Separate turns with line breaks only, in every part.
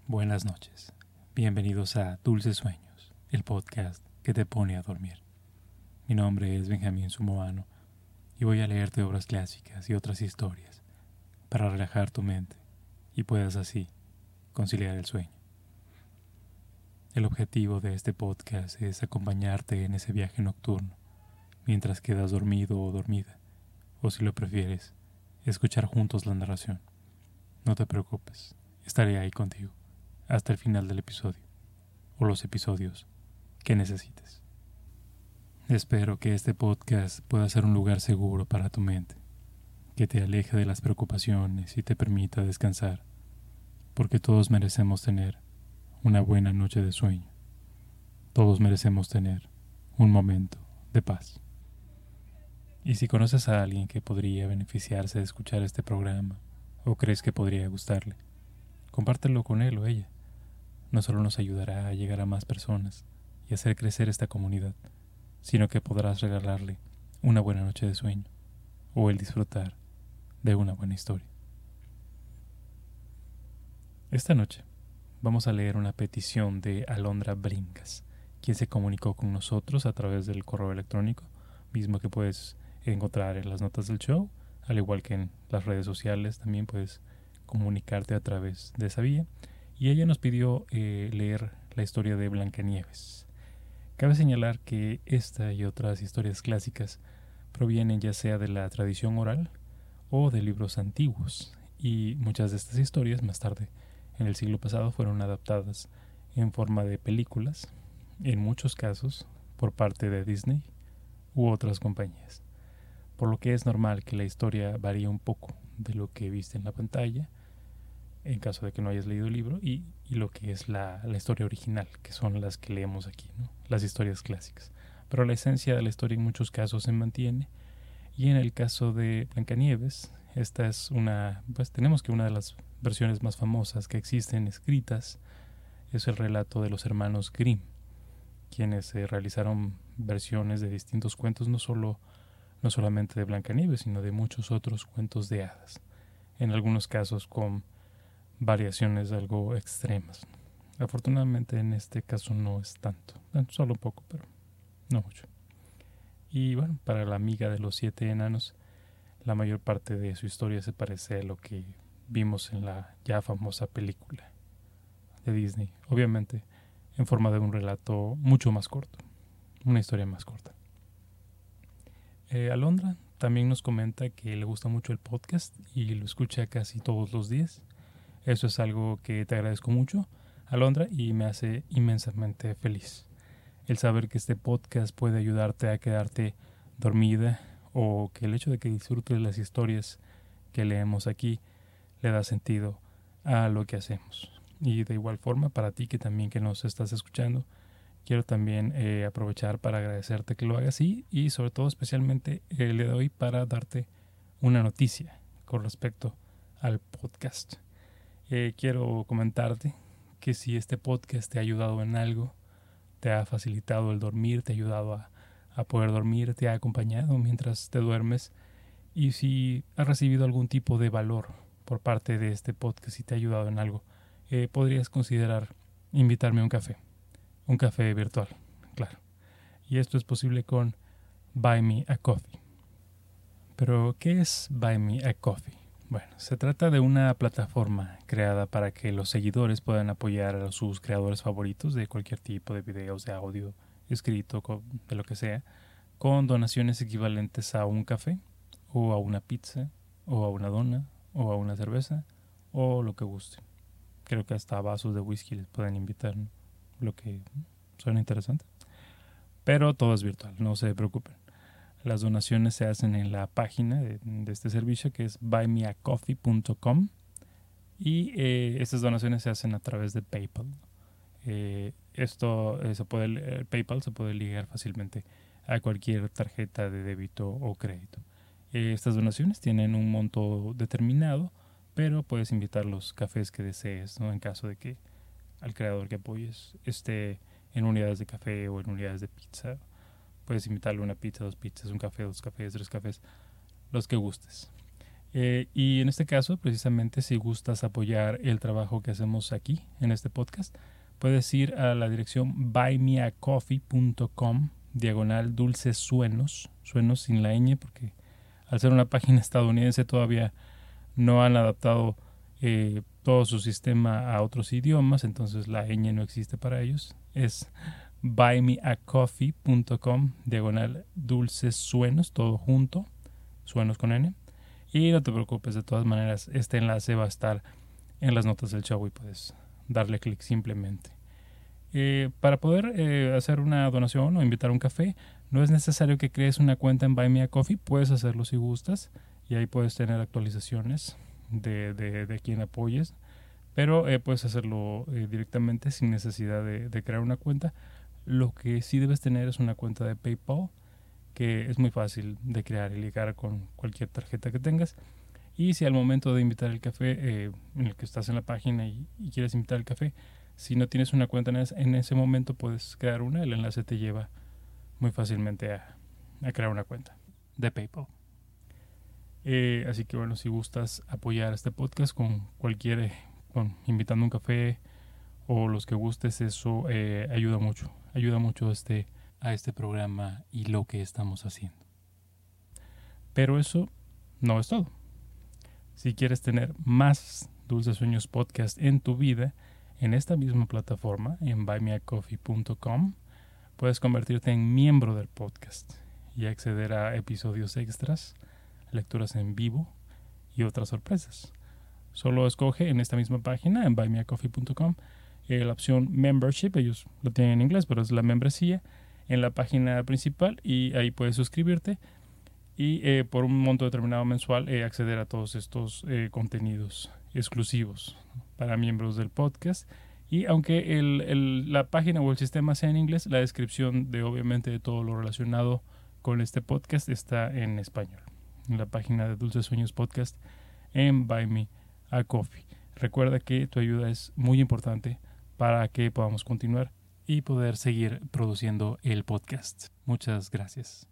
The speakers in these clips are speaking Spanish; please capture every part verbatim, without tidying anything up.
Buenas noches, bienvenidos a Dulces Sueños, el podcast que te pone a dormir. Mi nombre es Benjamín Sumoano y voy a leerte obras clásicas y otras historias para relajar tu mente y puedas así conciliar el sueño. El objetivo de este podcast es acompañarte en ese viaje nocturno mientras quedas dormido o dormida, o si lo prefieres, escuchar juntos la narración. No te preocupes, estaré ahí contigo hasta el final del episodio, o los episodios que necesites. Espero que este podcast pueda ser un lugar seguro para tu mente, que te aleje de las preocupaciones y te permita descansar, porque todos merecemos tener una buena noche de sueño. Todos merecemos tener un momento de paz. Y si conoces a alguien que podría beneficiarse de escuchar este programa, o crees que podría gustarle, compártelo con él o ella. No solo nos ayudará a llegar a más personas y hacer crecer esta comunidad, sino que podrás regalarle una buena noche de sueño o el disfrutar de una buena historia. Esta noche vamos a leer una petición de Alondra Brincas, quien se comunicó con nosotros a través del correo electrónico, mismo que puedes encontrar en las notas del show, al igual que en las redes sociales. También puedes comunicarte a través de esa vía. Y ella nos pidió eh, leer la historia de Blancanieves. Cabe señalar que esta y otras historias clásicas provienen ya sea de la tradición oral o de libros antiguos, y muchas de estas historias más tarde, en el siglo pasado, fueron adaptadas en forma de películas, en muchos casos por parte de Disney u otras compañías, por lo que es normal que la historia varíe un poco de lo que viste en la pantalla, en caso de que no hayas leído el libro, y, y lo que es la, la historia original, que son las que leemos aquí, ¿no? Las historias clásicas. Pero la esencia de la historia en muchos casos se mantiene, y en el caso de Blancanieves, esta es una, pues tenemos que una de las versiones más famosas que existen escritas es el relato de los hermanos Grimm, quienes eh, realizaron versiones de distintos cuentos, no solo no solamente de Blancanieves, sino de muchos otros cuentos de hadas, en algunos casos con variaciones algo extremas. Afortunadamente en este caso no es tanto, solo un poco, pero no mucho. Y bueno, para la amiga de los siete enanos, la mayor parte de su historia se parece a lo que vimos en la ya famosa película de Disney, obviamente en forma de un relato mucho más corto, una historia más corta. Eh, Alondra también nos comenta que le gusta mucho el podcast y lo escucha casi todos los días. Eso es algo que te agradezco mucho, Alondra, y me hace inmensamente feliz. El saber que este podcast puede ayudarte a quedarte dormida, o que el hecho de que disfrutes las historias que leemos aquí le da sentido a lo que hacemos. Y de igual forma, para ti que también que nos estás escuchando, quiero también eh, aprovechar para agradecerte que lo hagas así, y sobre todo especialmente eh, le doy para darte una noticia con respecto al podcast. Eh, quiero comentarte que si este podcast te ha ayudado en algo, te ha facilitado el dormir, te ha ayudado a, a poder dormir, te ha acompañado mientras te duermes, y si has recibido algún tipo de valor por parte de este podcast y te ha ayudado en algo, eh, podrías considerar invitarme a un café, un café virtual, claro. Y esto es posible con Buy Me a Coffee. Pero, ¿qué es Buy Me a Coffee? Bueno, se trata de una plataforma creada para que los seguidores puedan apoyar a sus creadores favoritos de cualquier tipo de videos, de audio, escrito, de lo que sea, con donaciones equivalentes a un café, o a una pizza, o a una dona, o a una cerveza, o lo que guste. Creo que hasta vasos de whisky les pueden invitar, ¿no? Lo que suena interesante. Pero todo es virtual, no se preocupen. Las donaciones se hacen en la página de, de este servicio, que es buy me a coffee punto com, y eh, estas donaciones se hacen a través de PayPal. Eh, esto eh, se puede, el PayPal se puede ligar fácilmente a cualquier tarjeta de débito o crédito. Eh, estas donaciones tienen un monto determinado, pero puedes invitar los cafés que desees, ¿no? En caso de que al creador que apoyes esté en unidades de café o en unidades de pizza. Puedes invitarle una pizza, dos pizzas, un café, dos cafés, tres cafés, los que gustes. Eh, y en este caso, precisamente, si gustas apoyar el trabajo que hacemos aquí en este podcast, puedes ir a la dirección buymeacoffee.com diagonal dulces suenos, suenos sin la ñ, porque al ser una página estadounidense todavía no han adaptado eh, todo su sistema a otros idiomas, entonces la ñ no existe para ellos. Es buymeacoffee.com diagonal dulces suenos, todo junto, suenos con n. Y no te preocupes, de todas maneras, este enlace va a estar en las notas del show y puedes darle clic simplemente. Eh, para poder eh, hacer una donación o invitar a un café, no es necesario que crees una cuenta en Buy Me a Coffee, puedes hacerlo si gustas y ahí puedes tener actualizaciones de, de, de quien apoyes, pero eh, puedes hacerlo eh, directamente sin necesidad de, de crear una cuenta. Lo que sí debes tener es una cuenta de PayPal, que es muy fácil de crear y ligar con cualquier tarjeta que tengas. Y si al momento de invitar el café, eh, en el que estás en la página y, y quieres invitar el café, si no tienes una cuenta en ese, en ese momento, puedes crear una. El enlace te lleva muy fácilmente a, a crear una cuenta de PayPal. Eh, así que bueno, si gustas apoyar este podcast con cualquier, eh, con invitando un café o los que gustes, eso eh, ayuda mucho. Ayuda mucho este a este programa y lo que estamos haciendo. Pero eso no es todo. Si quieres tener más Dulces Sueños Podcast en tu vida, en esta misma plataforma, en buymeacoffee punto com, puedes convertirte en miembro del podcast y acceder a episodios extras, lecturas en vivo y otras sorpresas. Solo escoge en esta misma página, en buymeacoffee punto com, eh, la opción Membership. Ellos lo tienen en inglés, pero es la membresía en la página principal y ahí puedes suscribirte y eh, por un monto determinado mensual eh, acceder a todos estos eh, contenidos exclusivos para miembros del podcast. Y aunque el, el, la página o el sistema sea en inglés, la descripción de obviamente de todo lo relacionado con este podcast está en español, en la página de Dulces Sueños Podcast en Buy Me a Coffee. Recuerda que tu ayuda es muy importante para que podamos continuar y poder seguir produciendo el podcast. Muchas gracias.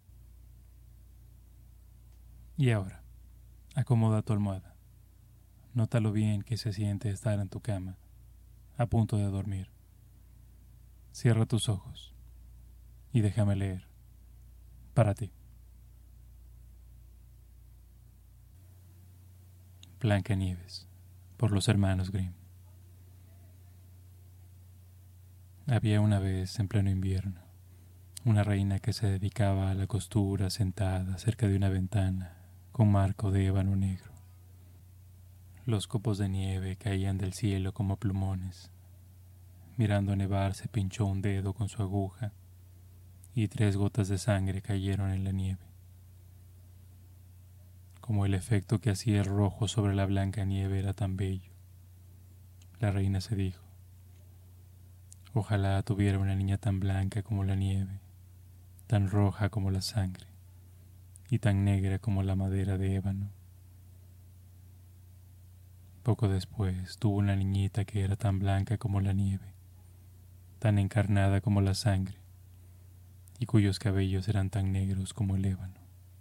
Y ahora, acomoda tu almohada. Nota lo bien que se siente estar en tu cama, a punto de dormir. Cierra tus ojos y déjame leer para ti. Blancanieves, por los hermanos Grimm. Había una vez, en pleno invierno, una reina que se dedicaba a la costura sentada cerca de una ventana con marco de ébano negro. Los copos de nieve caían del cielo como plumones. Mirando nevar se pinchó un dedo con su aguja y tres gotas de sangre cayeron en la nieve. Como el efecto que hacía el rojo sobre la blanca nieve era tan bello, la reina se dijo: ojalá tuviera una niña tan blanca como la nieve, tan roja como la sangre y tan negra como la madera de ébano. Poco después tuvo una niñita que era tan blanca como la nieve, tan encarnada como la sangre, y cuyos cabellos eran tan negros como el ébano.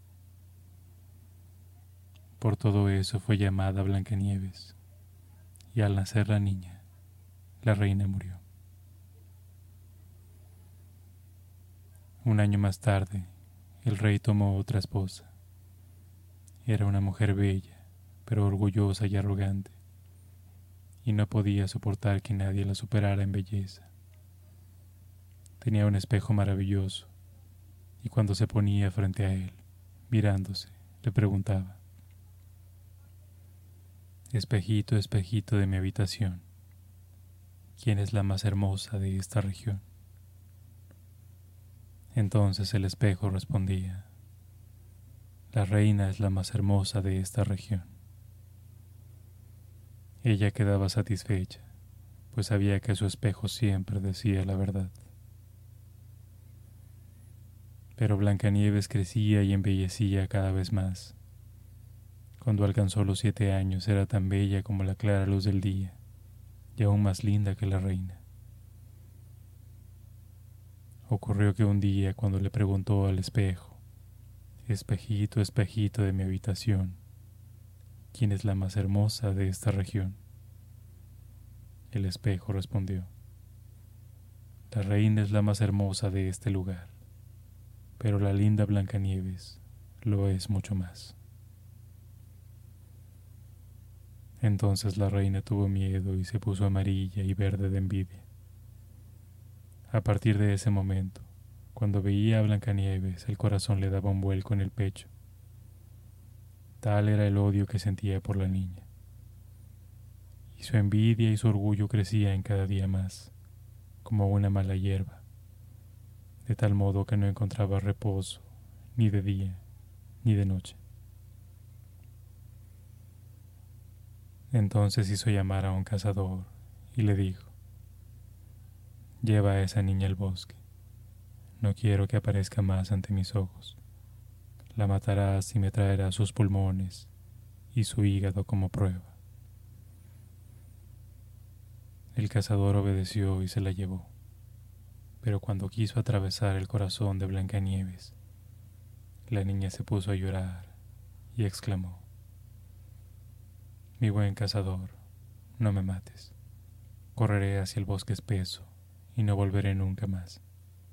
Por todo eso fue llamada Blancanieves, y al nacer la niña, la reina murió. Un año más tarde, el rey tomó otra esposa. Era una mujer bella, pero orgullosa y arrogante, y no podía soportar que nadie la superara en belleza. Tenía un espejo maravilloso, y cuando se ponía frente a él, mirándose, le preguntaba: espejito, espejito de mi habitación, ¿quién es la más hermosa de esta región? Entonces el espejo respondía: la reina es la más hermosa de esta región. Ella quedaba satisfecha, pues sabía que su espejo siempre decía la verdad. Pero Blancanieves crecía y embellecía cada vez más. Cuando alcanzó los siete años era tan bella como la clara luz del día, y aún más linda que la reina. Ocurrió que un día, cuando le preguntó al espejo: espejito, espejito de mi habitación, ¿quién es la más hermosa de esta región? El espejo respondió: la reina es la más hermosa de este lugar, pero la linda Blancanieves lo es mucho más. Entonces la reina tuvo miedo y se puso amarilla y verde de envidia. A partir de ese momento, cuando veía a Blancanieves, el corazón le daba un vuelco en el pecho. Tal era el odio que sentía por la niña. Y su envidia y su orgullo crecían cada día más, como una mala hierba, de tal modo que no encontraba reposo, ni de día, ni de noche. Entonces hizo llamar a un cazador y le dijo: lleva a esa niña al bosque. No quiero que aparezca más ante mis ojos. La matarás y me traerás sus pulmones y su hígado como prueba. El cazador obedeció y se la llevó, pero cuando quiso atravesar el corazón de Blancanieves, la niña se puso a llorar y exclamó: mi buen cazador, no me mates. Correré hacia el bosque espeso y no volveré nunca más.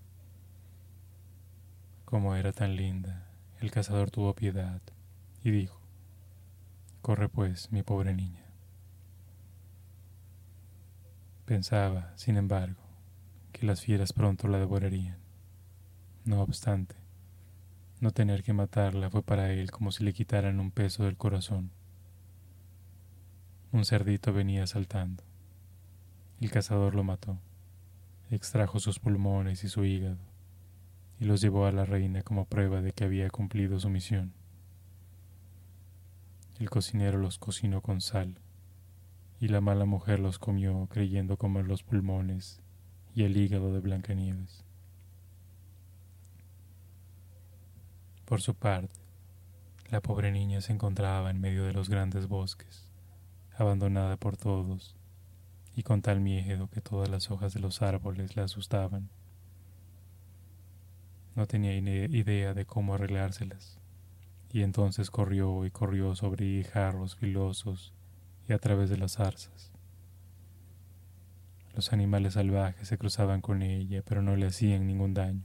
Como era tan linda, el cazador tuvo piedad y dijo: corre pues, mi pobre niña. Pensaba, sin embargo, que las fieras pronto la devorarían. No obstante, no tener que matarla fue para él como si le quitaran un peso del corazón. Un cerdito venía saltando. El cazador lo mató, extrajo sus pulmones y su hígado, y los llevó a la reina como prueba de que había cumplido su misión. El cocinero los cocinó con sal, y la mala mujer los comió creyendo comer los pulmones y el hígado de Blancanieves. Por su parte, la pobre niña se encontraba en medio de los grandes bosques, abandonada por todos, y con tal miedo que todas las hojas de los árboles la asustaban. No tenía idea de cómo arreglárselas, y entonces corrió y corrió sobre guijarros filosos y a través de las zarzas. Los animales salvajes se cruzaban con ella, pero no le hacían ningún daño.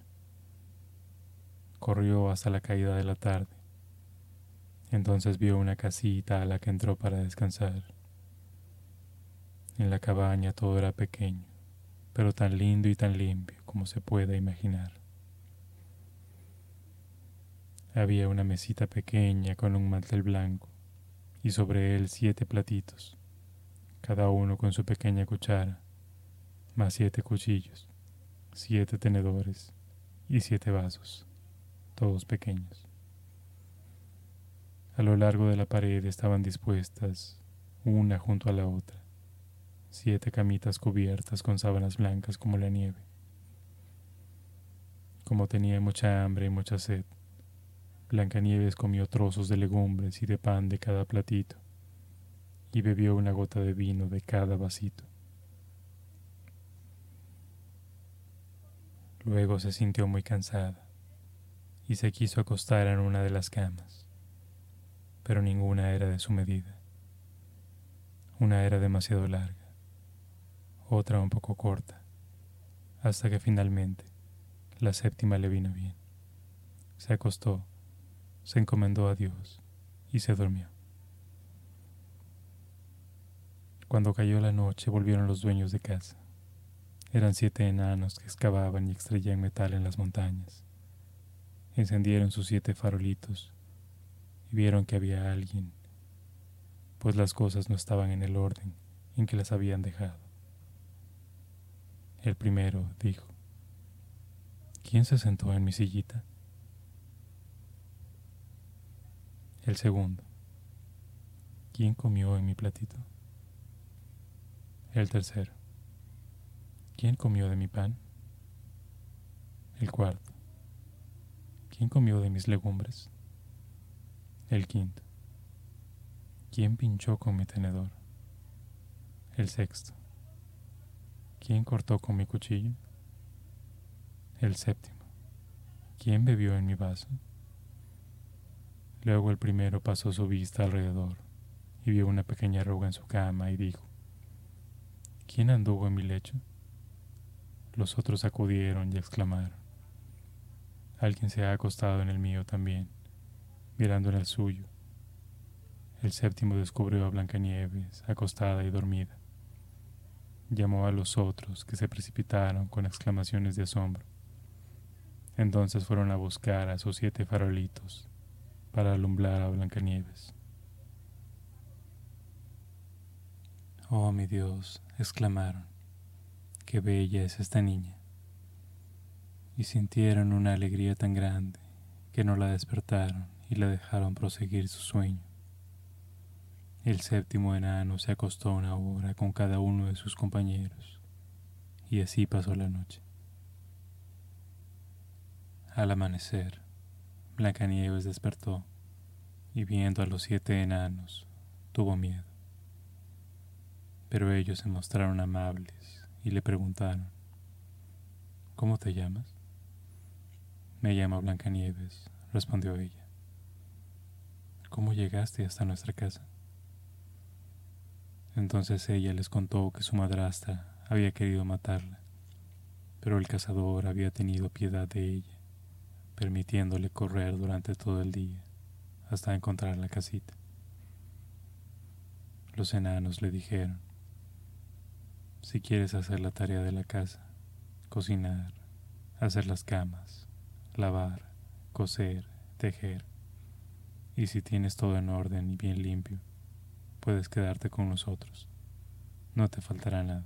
Corrió hasta la caída de la tarde. Entonces vio una casita a la que entró para descansar. En la cabaña todo era pequeño, pero tan lindo y tan limpio como se pueda imaginar. Había una mesita pequeña con un mantel blanco y sobre él siete platitos, cada uno con su pequeña cuchara, más siete cuchillos, siete tenedores y siete vasos, todos pequeños. A lo largo de la pared estaban dispuestas, una junto a la otra, siete camitas cubiertas con sábanas blancas como la nieve. Como tenía mucha hambre y mucha sed, Blancanieves comió trozos de legumbres y de pan de cada platito y bebió una gota de vino de cada vasito. Luego se sintió muy cansada y se quiso acostar en una de las camas, pero ninguna era de su medida. Una era demasiado larga, otra un poco corta, hasta que finalmente la séptima le vino bien. Se acostó, se encomendó a Dios y se durmió. Cuando cayó la noche volvieron los dueños de casa. Eran siete enanos que excavaban y extraían metal en las montañas. Encendieron sus siete farolitos y vieron que había alguien, pues las cosas no estaban en el orden en que las habían dejado. El primero dijo: ¿quién se sentó en mi sillita? El segundo: ¿quién comió en mi platito? El tercero: ¿quién comió de mi pan? El cuarto: ¿quién comió de mis legumbres? El quinto: ¿quién pinchó con mi tenedor? El sexto: ¿quién cortó con mi cuchillo? El séptimo: ¿quién bebió en mi vaso? Luego el primero pasó su vista alrededor y vio una pequeña arruga en su cama y dijo: ¿Quién anduvo en mi lecho? Los otros acudieron y exclamaron: Alguien se ha acostado en el mío también. Mirando en el suyo, el séptimo descubrió a Blancanieves acostada y dormida. Llamó a los otros, que se precipitaron con exclamaciones de asombro. Entonces fueron a buscar a sus siete farolitos para alumbrar a Blancanieves. «Oh, mi Dios», exclamaron, «qué bella es esta niña». Y sintieron una alegría tan grande que no la despertaron y la dejaron proseguir su sueño. El séptimo enano se acostó una hora con cada uno de sus compañeros, y así pasó la noche. Al amanecer, Blancanieves despertó y, viendo a los siete enanos, tuvo miedo. Pero ellos se mostraron amables y le preguntaron: «¿Cómo te llamas?». «Me llamo Blancanieves», respondió ella. «¿Cómo llegaste hasta nuestra casa?». Entonces ella les contó que su madrastra había querido matarla, pero el cazador había tenido piedad de ella, permitiéndole correr durante todo el día hasta encontrar la casita. Los enanos le dijeron: «Si quieres hacer la tarea de la casa, cocinar, hacer las camas, lavar, coser, tejer, y si tienes todo en orden y bien limpio, puedes quedarte con nosotros. No te faltará nada».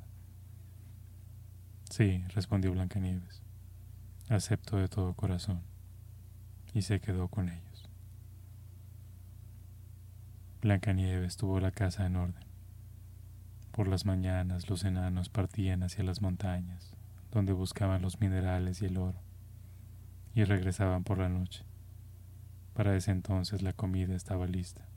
«Sí», respondió Blancanieves, «acepto de todo corazón», y se quedó con ellos. Blancanieves tuvo la casa en orden. Por las mañanas los enanos partían hacia las montañas, donde buscaban los minerales y el oro, y regresaban por la noche. Para ese entonces la comida estaba lista.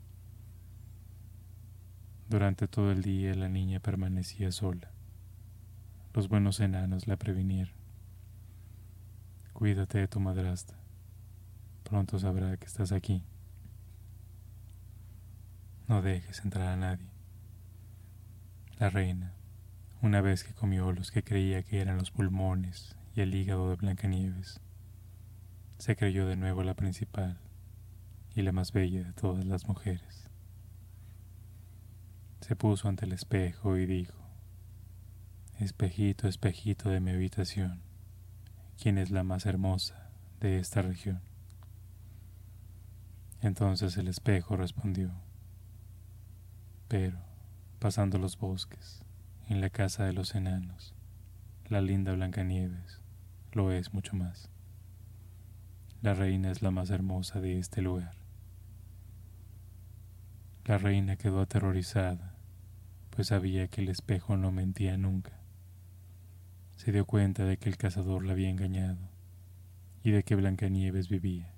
Durante todo el día la niña permanecía sola. Los buenos enanos la previnieron: «Cuídate de tu madrastra. Pronto sabrá que estás aquí. No dejes entrar a nadie». La reina, una vez que comió los que creía que eran los pulmones y el hígado de Blancanieves, se creyó de nuevo la principal y la más bella de todas las mujeres. Se puso ante el espejo y dijo: «Espejito, espejito de mi habitación, ¿quién es la más hermosa de esta región?». Entonces el espejo respondió: «Pero, pasando los bosques, en la casa de los enanos, la linda Blancanieves lo es mucho más. La reina es la más hermosa de este lugar». La reina quedó aterrorizada, pues sabía que el espejo no mentía nunca. Se dio cuenta de que el cazador la había engañado y de que Blancanieves vivía.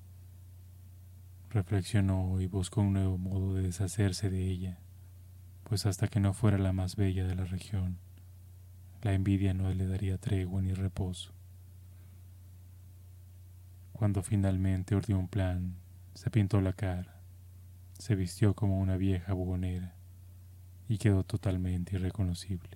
Reflexionó y buscó un nuevo modo de deshacerse de ella, pues hasta que no fuera la más bella de la región, la envidia no le daría tregua ni reposo. Cuando finalmente urdió un plan, se pintó la cara, se vistió como una vieja buhonera y quedó totalmente irreconocible.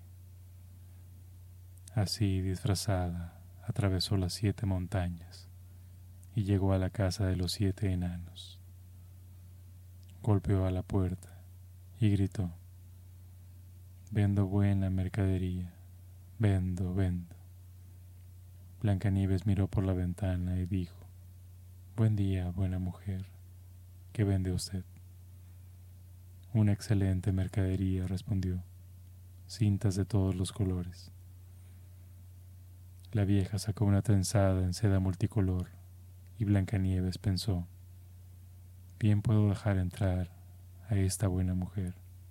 Así, disfrazada, atravesó las siete montañas y llegó a la casa de los siete enanos. Golpeó a la puerta y gritó: «Vendo buena mercadería, vendo, vendo». Blancanieves miró por la ventana y dijo: «Buen día, buena mujer, ¿qué vende usted?». «Una excelente mercadería», respondió, «cintas de todos los colores». La vieja sacó una trenzada en seda multicolor y Blancanieves pensó: «Bien puedo dejar entrar a esta buena mujer».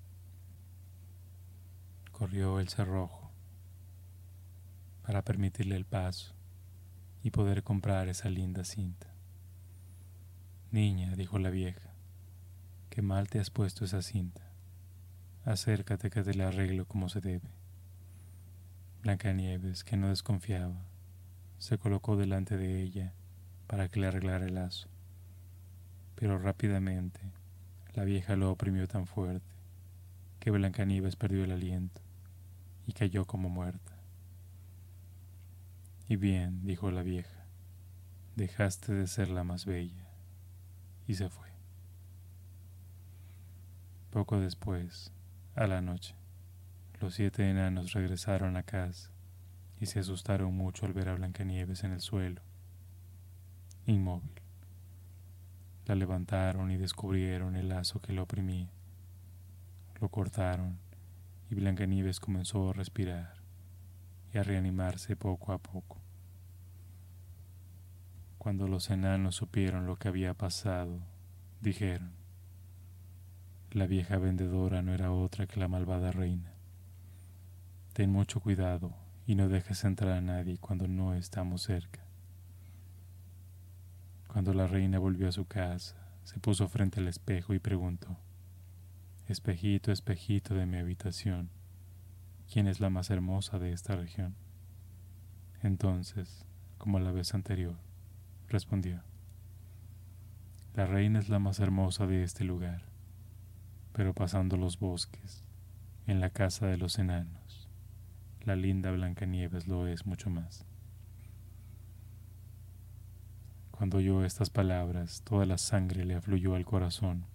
Corrió el cerrojo para permitirle el paso y poder comprar esa linda cinta. «Niña», dijo la vieja, «qué mal te has puesto esa cinta. Acércate que te la arreglo como se debe». Blancanieves, que no desconfiaba, se colocó delante de ella para que le arreglara el lazo, pero rápidamente La vieja lo oprimió tan fuerte que Blancanieves perdió el aliento y cayó como muerta. Y bien, dijo la vieja, dejaste de ser la más bella, y se fue. Poco después, a la noche, los siete enanos regresaron a casa y se asustaron mucho al ver a Blancanieves en el suelo, inmóvil. La levantaron y descubrieron el lazo que la oprimía. Lo cortaron y Blancanieves comenzó a respirar y a reanimarse poco a poco. Cuando los enanos supieron lo que había pasado, dijeron: la vieja vendedora no era otra que la malvada reina. Ten mucho cuidado y no dejes entrar a nadie cuando no estamos cerca. Cuando la reina volvió a su casa, se puso frente al espejo y preguntó: espejito, espejito de mi habitación, ¿quién es la más hermosa de esta región? Entonces, como la vez anterior, respondió: la reina es la más hermosa de este lugar, pero pasando los bosques, en la casa de los enanos, la linda Blancanieves lo es mucho más. Cuando oyó estas palabras, toda la sangre le afluyó al corazón.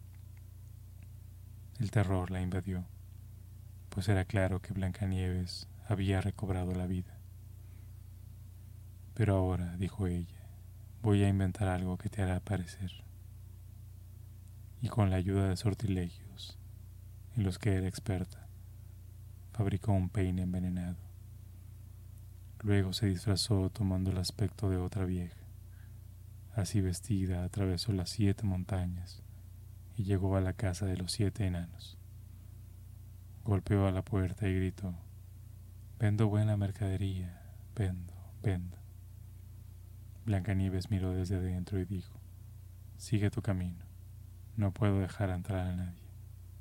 El terror la invadió, pues era claro que Blancanieves había recobrado la vida. Pero ahora, dijo ella, voy a inventar algo que te hará aparecer. Y con la ayuda de sortilegios, en los que era experta, fabricó un peine envenenado. Luego se disfrazó tomando el aspecto de otra vieja. Así vestida atravesó las siete montañas y llegó a la casa de los siete enanos. Golpeó a la puerta y gritó: vendo buena mercadería, vendo, vendo. Blancanieves miró desde adentro y dijo: sigue tu camino, no puedo dejar entrar a nadie.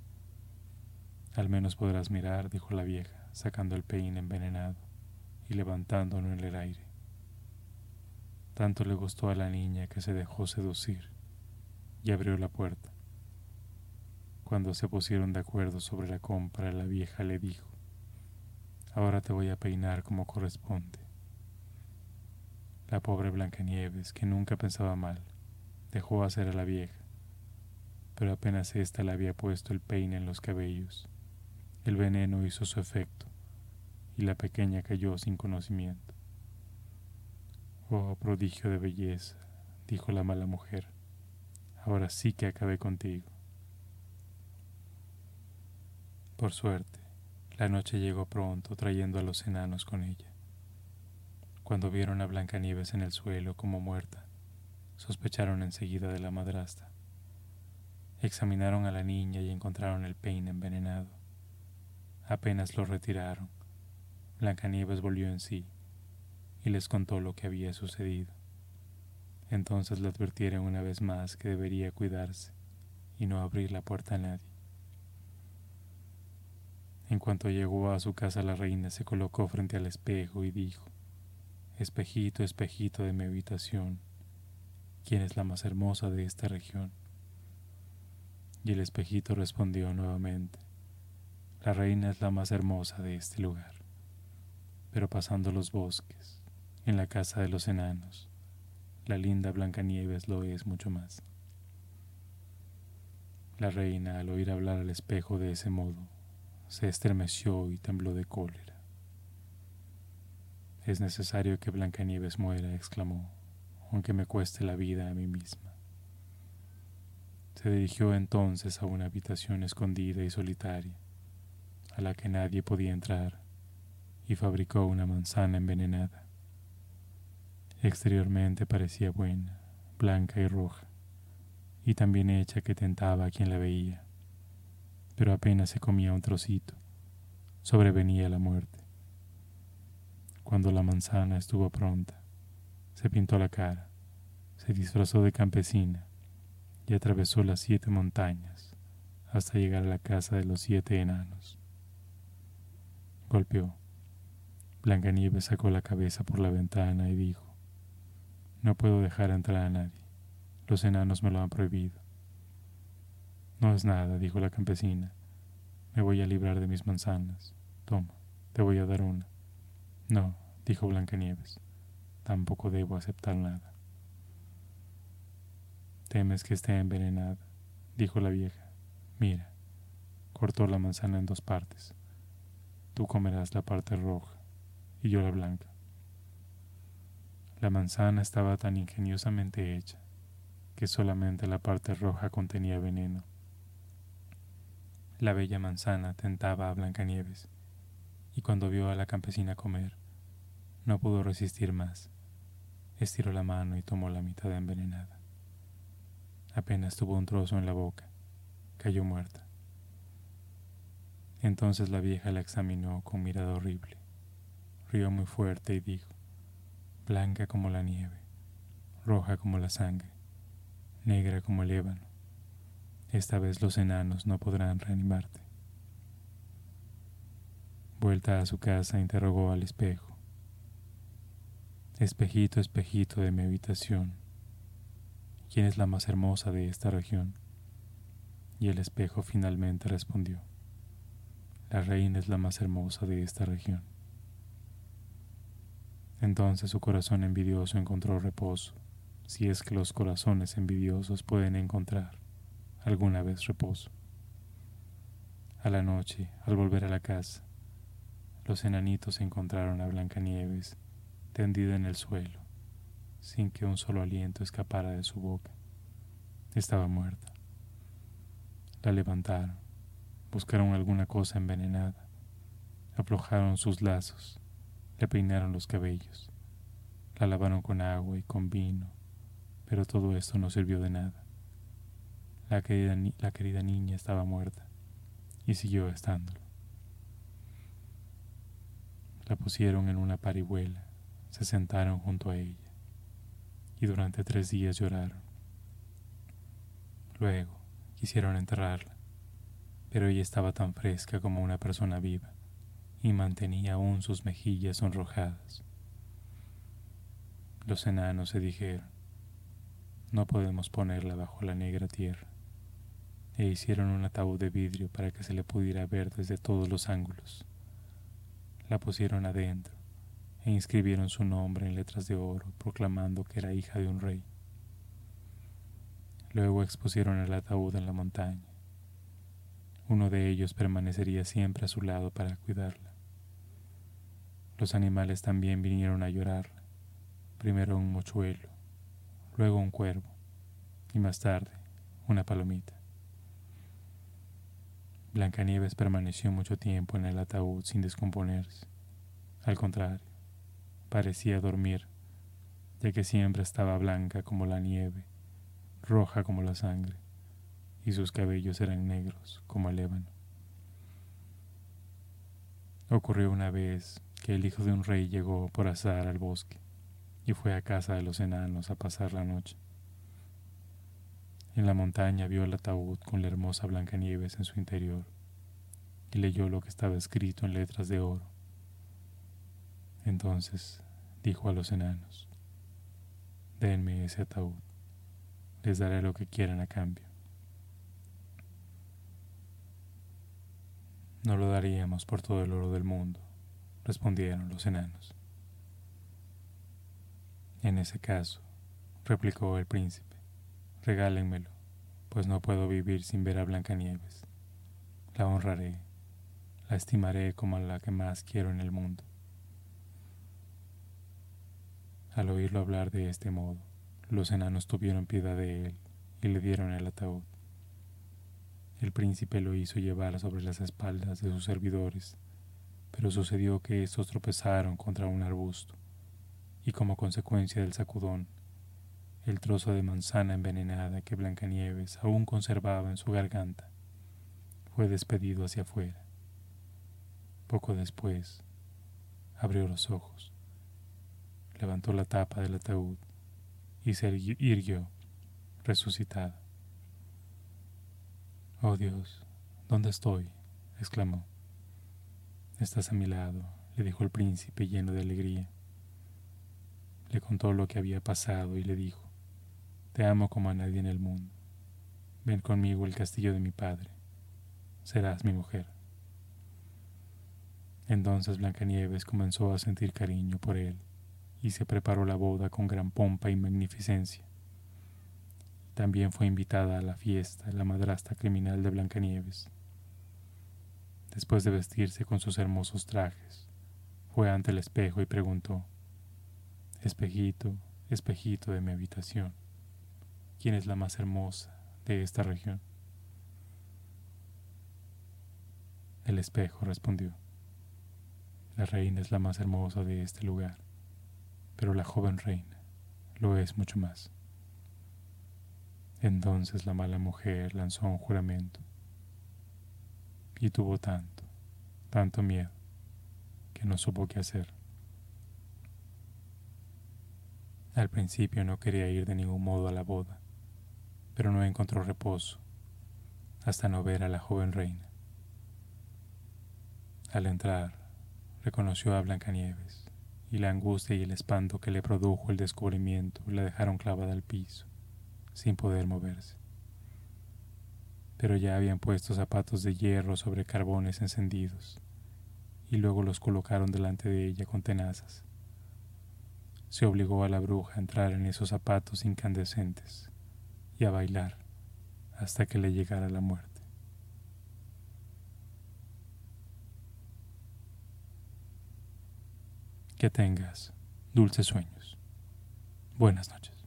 Al menos podrás mirar, dijo la vieja, sacando el peine envenenado y levantándolo en el aire. Tanto le gustó a la niña que se dejó seducir y abrió la puerta. Cuando se pusieron de acuerdo sobre la compra, la vieja le dijo: ahora te voy a peinar como corresponde. La pobre Blancanieves, que nunca pensaba mal, dejó hacer a la vieja, pero apenas ésta le había puesto el peine en los cabellos, el veneno hizo su efecto y la pequeña cayó sin conocimiento. Oh, prodigio de belleza, dijo la mala mujer, ahora sí que acabé contigo. Por suerte, la noche llegó pronto trayendo a los enanos con ella. Cuando vieron a Blancanieves en el suelo como muerta, sospecharon enseguida de la madrastra. Examinaron a la niña y encontraron el peine envenenado. Apenas lo retiraron, Blancanieves volvió en sí y les contó lo que había sucedido. Entonces le advirtieron una vez más que debería cuidarse y no abrir la puerta a nadie. En cuanto llegó a su casa, la reina se colocó frente al espejo y dijo: espejito, espejito de mi habitación, ¿quién es la más hermosa de esta región? Y el espejito respondió nuevamente: la reina es la más hermosa de este lugar, pero pasando los bosques, en la casa de los enanos, la linda Blancanieves lo es mucho más. La reina, al oír hablar al espejo de ese modo, se estremeció y tembló de cólera. Es necesario que Blancanieves muera, exclamó, aunque me cueste la vida a mí misma. Se dirigió entonces a una habitación escondida y solitaria, a la que nadie podía entrar, y fabricó una manzana envenenada. Exteriormente parecía buena, blanca y roja, y tan bien hecha que tentaba a quien la veía, pero apenas se comía un trocito, sobrevenía la muerte. Cuando la manzana estuvo pronta, se pintó la cara, se disfrazó de campesina y atravesó las siete montañas hasta llegar a la casa de los siete enanos. Golpeó. Blancanieves sacó la cabeza por la ventana y dijo: no puedo dejar entrar a nadie, los enanos me lo han prohibido. No es nada, dijo la campesina. Me voy a librar de mis manzanas. Toma, te voy a dar una. No, dijo Blancanieves. Tampoco debo aceptar nada. Temes que esté envenenada, dijo la vieja. Mira, cortó la manzana en dos partes. Tú comerás la parte roja y yo la blanca. La manzana estaba tan ingeniosamente hecha que solamente la parte roja contenía veneno. La bella manzana tentaba a Blancanieves, y cuando vio a la campesina comer, no pudo resistir más. Estiró la mano y tomó la mitad envenenada. Apenas tuvo un trozo en la boca, cayó muerta. Entonces la vieja la examinó con mirada horrible, rió muy fuerte y dijo: blanca como la nieve, roja como la sangre, negra como el ébano. Esta vez los enanos no podrán reanimarte. Vuelta a su casa, interrogó al espejo. Espejito, espejito de mi habitación, ¿quién es la más hermosa de esta región? Y el espejo finalmente respondió: la reina es la más hermosa de esta región. Entonces su corazón envidioso encontró reposo, si es que los corazones envidiosos pueden encontrar alguna vez reposo. A la noche, al volver a la casa, los enanitos encontraron a Blancanieves tendida en el suelo, sin que un solo aliento escapara de su boca. Estaba muerta. La levantaron, buscaron alguna cosa envenenada, aflojaron sus lazos, le peinaron los cabellos, la lavaron con agua y con vino, pero todo esto no sirvió de nada. La querida, la querida niña estaba muerta y siguió estándolo. La pusieron en una parihuela, se sentaron junto a ella y durante tres días lloraron. Luego quisieron enterrarla, pero ella estaba tan fresca como una persona viva y mantenía aún sus mejillas sonrojadas. Los enanos se dijeron: no podemos ponerla bajo la negra tierra, e hicieron un ataúd de vidrio para que se le pudiera ver desde todos los ángulos. La pusieron adentro e inscribieron su nombre en letras de oro, proclamando que era hija de un rey. Luego expusieron el ataúd en la montaña. Uno de ellos permanecería siempre a su lado para cuidarla. Los animales también vinieron a llorarla, primero un mochuelo, luego un cuervo y más tarde una palomita. Blancanieves permaneció mucho tiempo en el ataúd sin descomponerse. Al contrario, parecía dormir, ya que siempre estaba blanca como la nieve, roja como la sangre, y sus cabellos eran negros como el ébano. Ocurrió una vez que el hijo de un rey llegó por azar al bosque y fue a casa de los enanos a pasar la noche. En la montaña vio el ataúd con la hermosa Blancanieves en su interior y leyó lo que estaba escrito en letras de oro. Entonces dijo a los enanos: denme ese ataúd, les daré lo que quieran a cambio. No lo daríamos por todo el oro del mundo, respondieron los enanos. En ese caso, replicó el príncipe, regálenmelo, pues no puedo vivir sin ver a Blancanieves. La honraré, la estimaré como a la que más quiero en el mundo. Al oírlo hablar de este modo, los enanos tuvieron piedad de él y le dieron el ataúd. El príncipe lo hizo llevar sobre las espaldas de sus servidores, pero sucedió que estos tropezaron contra un arbusto, y como consecuencia del sacudón, el trozo de manzana envenenada que Blancanieves aún conservaba en su garganta fue despedido hacia afuera. Poco después, abrió los ojos, levantó la tapa del ataúd y se irguió, resucitada. «Oh Dios, ¿dónde estoy?», exclamó. «Estás a mi lado», le dijo el príncipe lleno de alegría. Le contó lo que había pasado y le dijo: «Te amo como a nadie en el mundo. ven conmigo al castillo de mi padre, serás mi mujer. Entonces Blancanieves comenzó a sentir cariño por él y se preparó la boda con gran pompa y magnificencia. También fue invitada a la fiesta la madrastra criminal de Blancanieves. Después de vestirse con sus hermosos trajes, fue ante el espejo y preguntó: Espejito, espejito de mi habitación, ¿quién es la más hermosa de esta región? El espejo respondió: La reina es la más hermosa de este lugar, pero la joven reina lo es mucho más. Entonces la mala mujer lanzó un juramento y tuvo tanto, tanto miedo, que no supo qué hacer. Al principio no quería ir de ningún modo a la boda, pero no encontró reposo hasta no ver a la joven reina. Al entrar, reconoció a Blancanieves, y la angustia y el espanto que le produjo el descubrimiento la dejaron clavada al piso, sin poder moverse. Pero ya habían puesto zapatos de hierro sobre carbones encendidos, y luego los colocaron delante de ella con tenazas. Se obligó a la bruja a entrar en esos zapatos incandescentes y a bailar hasta que le llegara la muerte. Que tengas dulces sueños. Buenas noches.